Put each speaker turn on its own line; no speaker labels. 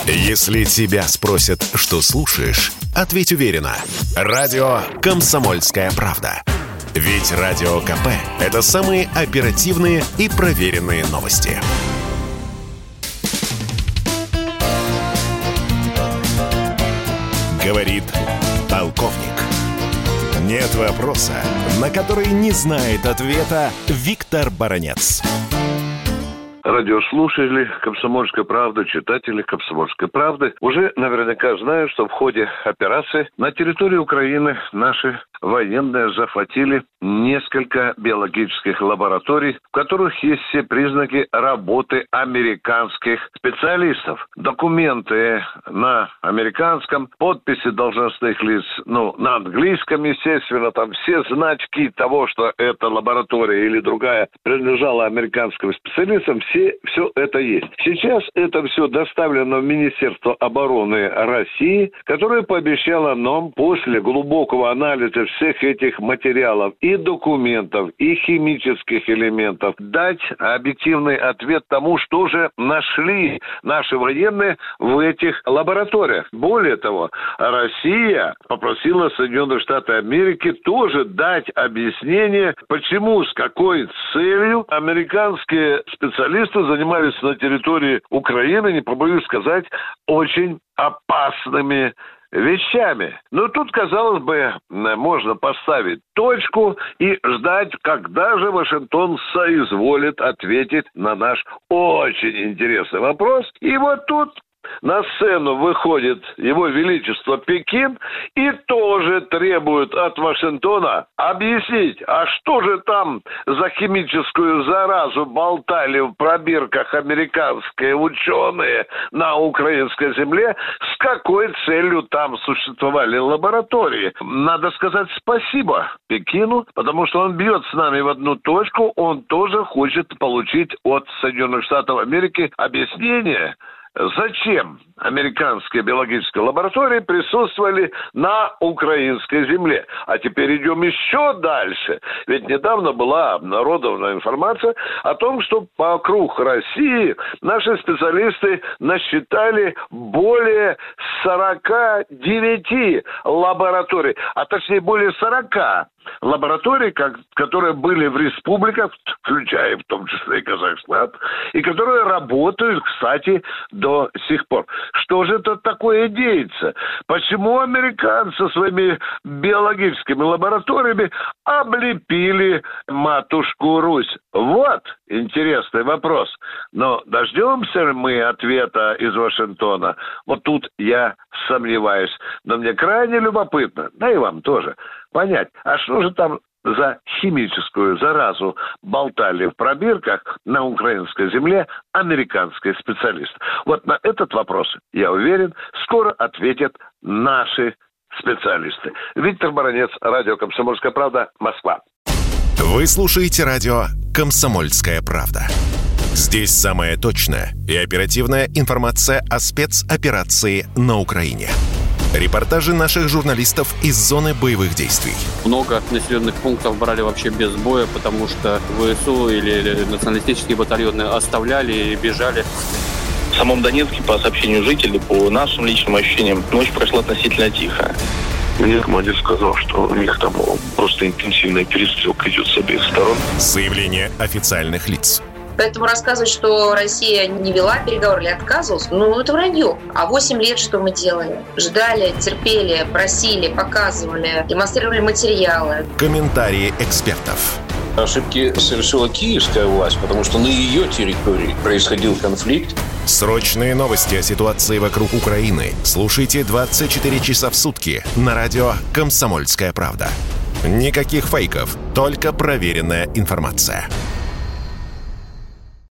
Если тебя спросят, что слушаешь, ответь уверенно. Радио «Комсомольская правда». Ведь Радио КП – это самые оперативные и проверенные новости. Говорит полковник. Нет вопроса, на который не знает ответа Виктор Баранец.
Радиослушатели «Комсомольской правды», читатели «Комсомольской правды» уже наверняка знают, что в ходе операции на территории Украины наши военные захватили несколько биологических лабораторий, в которых есть все признаки работы американских специалистов. Документы на американском, подписи должностных лиц, на английском, естественно, там все значки того, что эта лаборатория или другая принадлежала американским специалистам, все это есть. Сейчас это все доставлено в Министерство обороны России, которое пообещало нам после глубокого анализа всех этих материалов и документов, и химических элементов дать объективный ответ тому, что же нашли наши военные в этих лабораториях. Более того, Россия попросила Соединенные Штаты Америки тоже дать объяснение, почему, с какой целью американские специалисты занимались на территории Украины, не побоюсь сказать, очень опасными вещами. Но тут, казалось бы, можно поставить точку и ждать, когда же Вашингтон соизволит ответить на наш очень интересный вопрос. И вот тут на сцену выходит Его Величество Пекин и тоже требует от Вашингтона объяснить, а что же там за химическую заразу болтали в пробирках американские ученые на украинской земле, с какой целью там существовали лаборатории. Надо сказать спасибо Пекину, потому что он бьет с нами в одну точку, он тоже хочет получить от Соединенных Штатов Америки объяснение, зачем американские биологические лаборатории присутствовали на украинской земле. А теперь идем еще дальше. Ведь недавно была обнародована информация о том, что вокруг России наши специалисты насчитали более 49 лабораторий, а точнее более 40 лабораторий, которые были в республиках, включая в том числе и Казахстан, и которые работают, кстати, до сих пор. Что же это такое деется? Почему американцы своими биологическими лабораториями облепили матушку Русь? Вот интересный вопрос. Но дождемся ли мы ответа из Вашингтона? Вот тут я сомневаюсь. Но мне крайне любопытно, да и вам тоже, понять, а что же там за химическую заразу болтали в пробирках на украинской земле американские специалисты? Вот на этот вопрос, я уверен, скоро ответят наши специалисты. Виктор Баранец, радио «Комсомольская правда», Москва.
Вы слушаете радио «Комсомольская правда». Здесь самая точная и оперативная информация о спецоперации на Украине. Репортажи наших журналистов из зоны боевых действий.
Много населенных пунктов брали вообще без боя, потому что ВСУ или националистические батальоны оставляли и бежали.
В самом Донецке, по сообщению жителей, по нашим личным ощущениям, ночь прошла относительно тихо.
Мне командир сказал, что у них там просто интенсивная перестрелка идет с обеих сторон.
Заявление официальных лиц.
Поэтому рассказывать, что Россия не вела переговоры или отказывалась, это вранье. А 8 лет что мы делали? Ждали, терпели, просили, показывали, демонстрировали материалы.
Комментарии экспертов.
Ошибки совершила киевская власть, потому что на ее территории происходил конфликт.
Срочные новости о ситуации вокруг Украины слушайте 24 часа в сутки на радио «Комсомольская правда». Никаких фейков, только проверенная информация.